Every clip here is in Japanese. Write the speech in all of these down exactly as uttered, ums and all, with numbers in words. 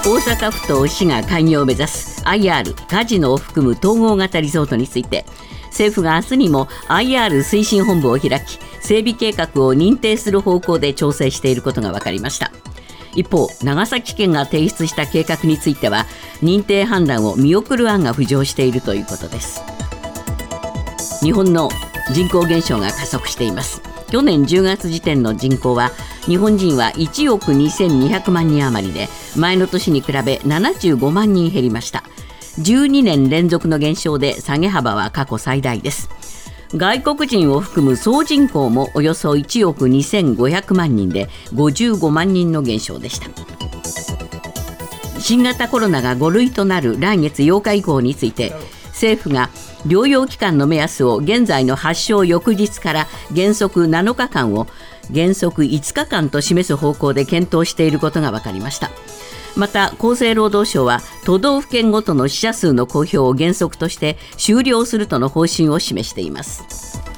大阪府と市が開業を目指す アイアール カジノを含む統合型リゾートについて、政府が明日にも アイアール 推進本部を開き、整備計画を認定する方向で調整していることが分かりました。一方、長崎県が提出した計画については認定判断を見送る案が浮上しているということです。日本の人口減少が加速しています。去年じゅうがつ時点の人口は日本人はいちおくにせんにひゃくまんにん余りで、前の年に比べななじゅうごまんにん減りました。じゅうにねん連続の減少で下げ幅は過去最大です。外国人を含む総人口もおよそいちおくにせんごひゃくまんにんでごじゅうごまんにんの減少でした。新型コロナがご類となる来月ようか以降について、政府が療養期間の目安を現在の発症翌日から原則なのかかんを原則いつかかんと示す方向で検討していることが分かりました。また厚生労働省は都道府県ごとの死者数の公表を原則として終了するとの方針を示しています。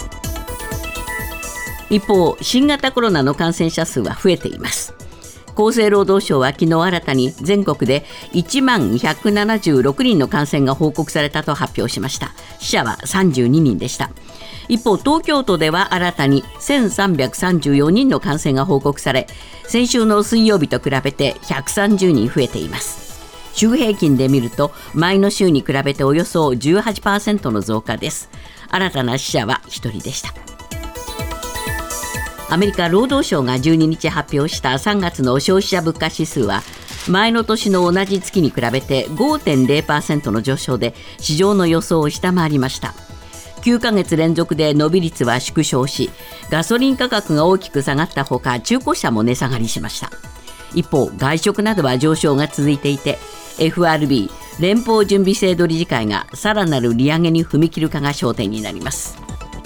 一方、新型コロナの感染者数は増えています。厚生労働省は昨日新たに全国でいちまんひゃくななじゅうろくにんの感染が報告されたと発表しました。死者はさんじゅうににんでした。一方、東京都では新たにせんさんびゃくさんじゅうよにんの感染が報告され、先週の水曜日と比べてひゃくさんじゅうにん増えています。週平均で見ると前の週に比べておよそ じゅうはちパーセント の増加です。新たな死者はひとりでした。アメリカ労働省がじゅうににち発表したさんがつの消費者物価指数は前の年の同じ月に比べて ごてんれいパーセント の上昇で市場の予想を下回りました。きゅうかげつ連続で伸び率は縮小し、ガソリン価格が大きく下がったほか、中古車も値下がりしました。一方、外食などは上昇が続いていて、 エフアールビー 連邦準備制度理事会がさらなる利上げに踏み切るかが焦点になります。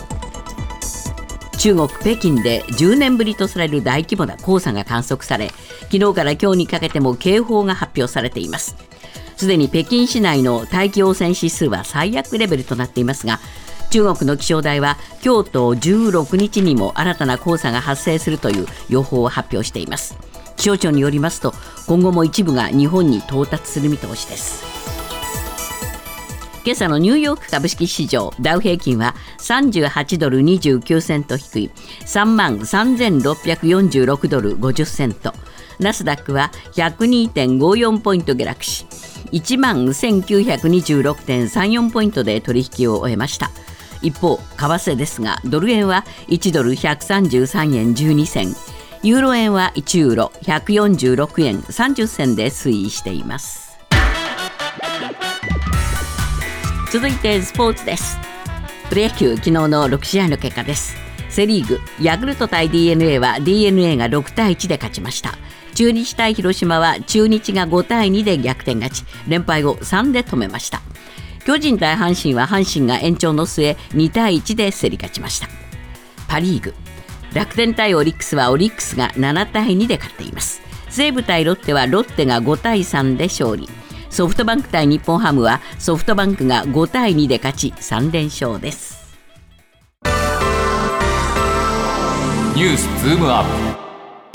中国北京でじゅうねんぶりとされる大規模な黄砂が観測され、昨日から今日にかけても警報が発表されています。すでに北京市内の大気汚染指数は最悪レベルとなっていますが、中国の気象台は今日とじゅうろくにちにも新たな黄砂が発生するという予報を発表しています。気象庁によりますと、今後も一部が日本に到達する見通しです。今朝のニューヨーク株式市場、ダウ平均はさんじゅうはちドルにじゅうきゅうセント低い さんまんさんぜんろっぴゃくよんじゅうろくドルごじゅっセント、ナスダックは ひゃくにてんごよん ポイント下落し いちまんせんきゅうひゃくにじゅうろくてんさんよん ポイントで取引を終えました。一方、為替ですが、ドル円はいちドルひゃくさんじゅうさんえんじゅうにせん、ユーロ円はいちユーロひゃくよんじゅうろくえんさんじゅっせんで推移しています。続いてスポーツです。プロ野球、昨日のろくしあいの結果です。セリーグ、ヤクルト対 ディーエヌエー は ディーエヌエー がろくたいいちで勝ちました。中日対広島は中日がごたいにで逆転勝ち、連敗をさんで止めました。巨人対阪神は阪神が延長の末にたいいちで競り勝ちました。パリーグ、楽天対オリックスはオリックスがななたいにで勝っています。西武対ロッテはロッテがごたいさんで勝利。ソフトバンク対日本ハムはソフトバンクがごたいにで勝ちさんれんしょうです。 ニュースズームアップ。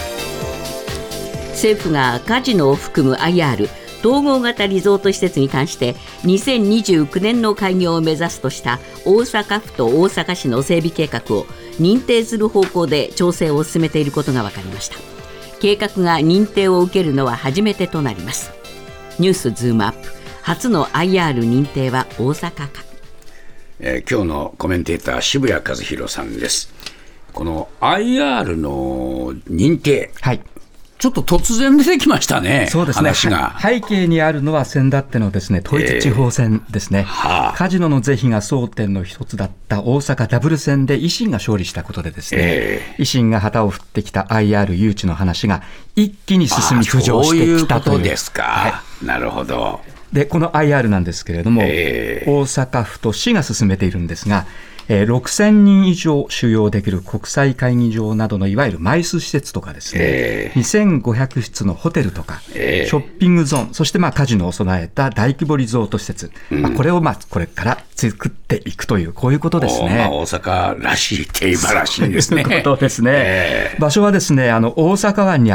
政府がカジノを含む アイアール 統合型リゾート施設に関してにせんにじゅうきゅうねんの開業を目指すとした大阪府と大阪市の整備計画を認定する方向で調整を進めていることが分かりました。計画が認定を受けるのは初めてとなります。ニュースズームアップ、初の アイアール 認定は大阪か。 えー、今日のコメンテーター渋谷和弘さんです。この アイアール の認定、はい、ちょっと突然出てきましたね。 そうですね、 話が背景にあるのは先だってのですね、統一地方選ですね、えーはあ、カジノの是非が争点の一つだった大阪ダブル選で維新が勝利したことでですね、えー、維新が旗を振ってきた アイアール 誘致の話が一気に進み浮上してきたという。 そういうことですか、はい、なるほど。 でこの アイアール なんですけれども、えー、大阪府と市が進めているんですが、えー、ろくせんにん以上収容できる国際会議場などのいわゆるマイス施設とかですね、えー、にせんごひゃくしつのホテルとか、えー、ショッピングゾーン、そしてまあカジノを備えた大規模リゾート施設、うんまあ、これをまあこれから作っていくというこういうことですね。 まあ、大阪らしいテーマらしいんですね。 そういうことですね、えー、場所はですね、あの大阪湾にある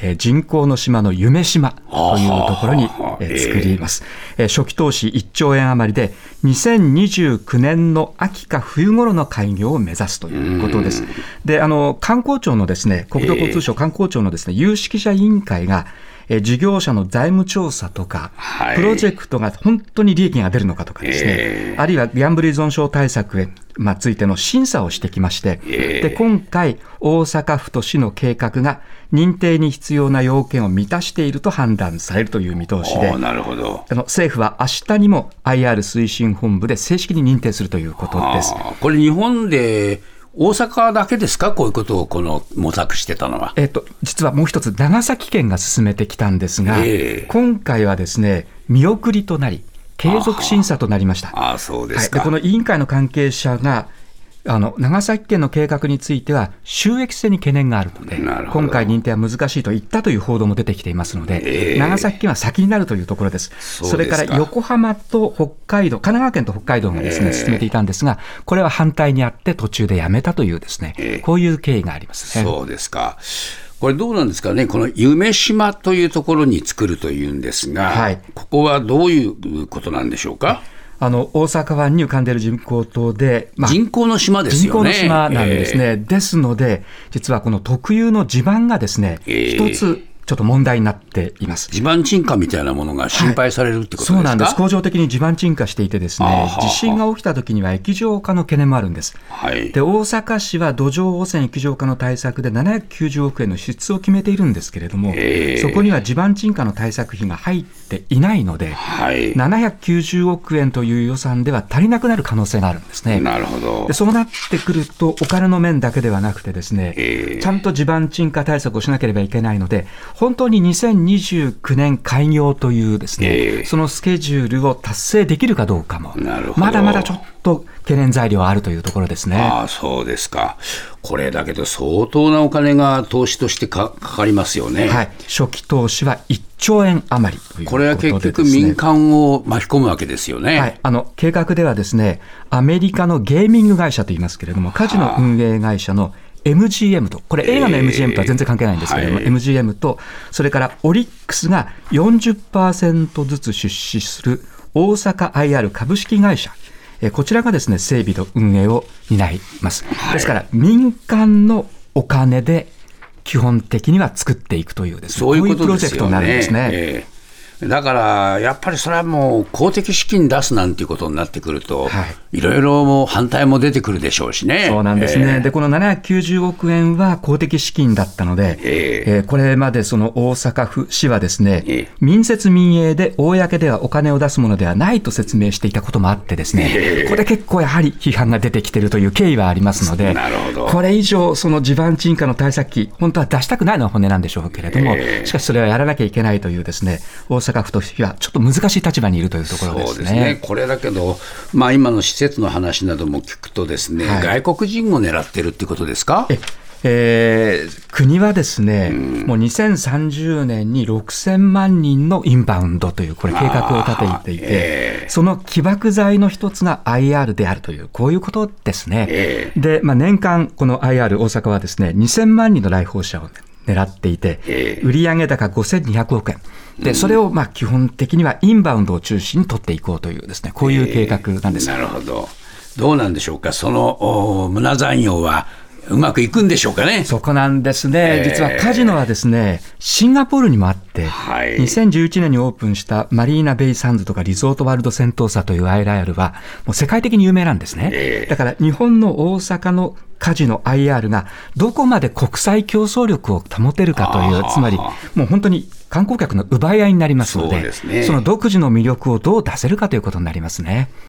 えー、人工の島の夢島というところに、えー、作ります、えー、初期投資いっちょうえん余りでにせんにじゅうきゅうねんの秋か冬頃の開業を目指すということです。で、あの観光庁のですね、国土交通省観光庁のですね、有識者委員会がえ事業者の財務調査とか、はい、プロジェクトが本当に利益が出るのかとかですね、えー、あるいはギャンブル依存症対策へ、まあ、ついての審査をしてきまして、えー、で今回大阪府と市の計画が認定に必要な要件を満たしていると判断されるという見通しで、 なるほど。 あの政府は明日にも アイアール 推進本部で正式に認定するということです。 これ日本で大阪だけですか、こういうことをこの模索してたのは。 えっと、実はもう一つ長崎県が進めてきたんですが、えー、今回はですね見送りとなり継続審査となりました。 ああ、そうですか。 はい、でこの委員会の関係者があの長崎県の計画については収益性に懸念があるので、今回認定は難しいと言ったという報道も出てきていますので、えー、長崎県は先になるというところです。そ, それから横浜と北海道、神奈川県と北海道がですね、えー、進めていたんですが、これは反対にあって途中でやめたというですね、えー、こういう経緯がありますね。 そうですか。これどうなんですかね、この夢島というところに作るというんですが、はい、ここはどういうことなんでしょうか。 あの大阪湾に浮かんでいる人工島で、 まあ、人工の島ですよね。 人工の島なんですね、えー、ですので実はこの特有の地盤がですね、えー、一つちょっと問題になっています。 地盤沈下みたいなものが心配されるってことですか。はい、そうなんです。 恒常的に地盤沈下していてですね、地震が起きたときには液状化の懸念もあるんです。はい、で大阪市は土壌汚染液状化の対策でななひゃくきゅうじゅうおくえんの支出を決めているんですけれども、えー、そこには地盤沈下の対策費が入っていないので、はい、ななひゃくきゅうじゅうおくえんという予算では足りなくなる可能性があるんですね。 なるほど。 でそうなってくるとお金の面だけではなくてですね、えー、ちゃんと地盤沈下対策をしなければいけないので、本当ににせんにじゅうきゅうねん開業というですね、えー、そのスケジュールを達成できるかどうかもまだまだちょっと懸念材料はあるというところですね。 ああ、そうですか。これだけど相当なお金が投資として か, かかりますよね。 はい、初期投資はいっちょうえん余りということでですね、 これは結局民間を巻き込むわけですよね。 はい、あの計画ではですね、アメリカのゲーミング会社といいますけれども、カジノ運営会社のエムジーエム と、これ映画の エムジーエム とは全然関係ないんですけれども、えーはい、エムジーエム とそれからオリックスが よんじゅっパーセント ずつ出資する大阪 アイアール 株式会社、えー、こちらがですね整備と運営を担います。はい、ですから民間のお金で基本的には作っていくというですね、 そういうことですよね。 こういうプロジェクトになるんですね。 えーだからやっぱりそれはもう公的資金出すなんていうことになってくると、はい、いろいろもう反対も出てくるでしょうしね。 そうなんですね。えー、でこのななひゃくきゅうじゅうおくえんは公的資金だったので、えーえー、これまでその大阪府市はですね、えー、民設民営で公ではお金を出すものではないと説明していたこともあってですね、えー、これ結構やはり批判が出てきているという経緯はありますので、 なるほど。 これ以上その地盤沈下の対策費本当は出したくないのは本音なんでしょうけれども、えー、しかしそれはやらなきゃいけないというですね、大阪府としてはちょっと難しい立場にいるというところですね。 そうですね。これだけど、まあ、今の施設の話なども聞くとですね、はい、外国人を狙ってるってことですか。 ええー、国はですね、うん、もうにせんさんじゅうねんにろくせんまんにんのインバウンドというこれ計画を立てていて、えー、その起爆剤の一つが アイアール であるというこういうことですね。えー、で、まあ、年間この アイアール 大阪はですねにせんまんにんの来訪者を狙っていて、えー、売上高ごせんにひゃくおくえんで、それをまあ基本的にはインバウンドを中心に取っていこうというですね、こういう計画なんです。 えー、なるほど。どうなんでしょうか、その胸残用はうまくいくんでしょうかね。 そこなんですね。実はカジノはですね、シンガポールにもあって、はい、にせんじゅういちねんにオープンしたマリーナベイサンズとかリゾートワールドセントーサというアイアールはもう世界的に有名なんですね。えー、だから日本の大阪のカジノ アイアール がどこまで国際競争力を保てるかという、つまりもう本当に観光客の奪い合いになりますので、 そうですね、その独自の魅力をどう出せるかということになりますね。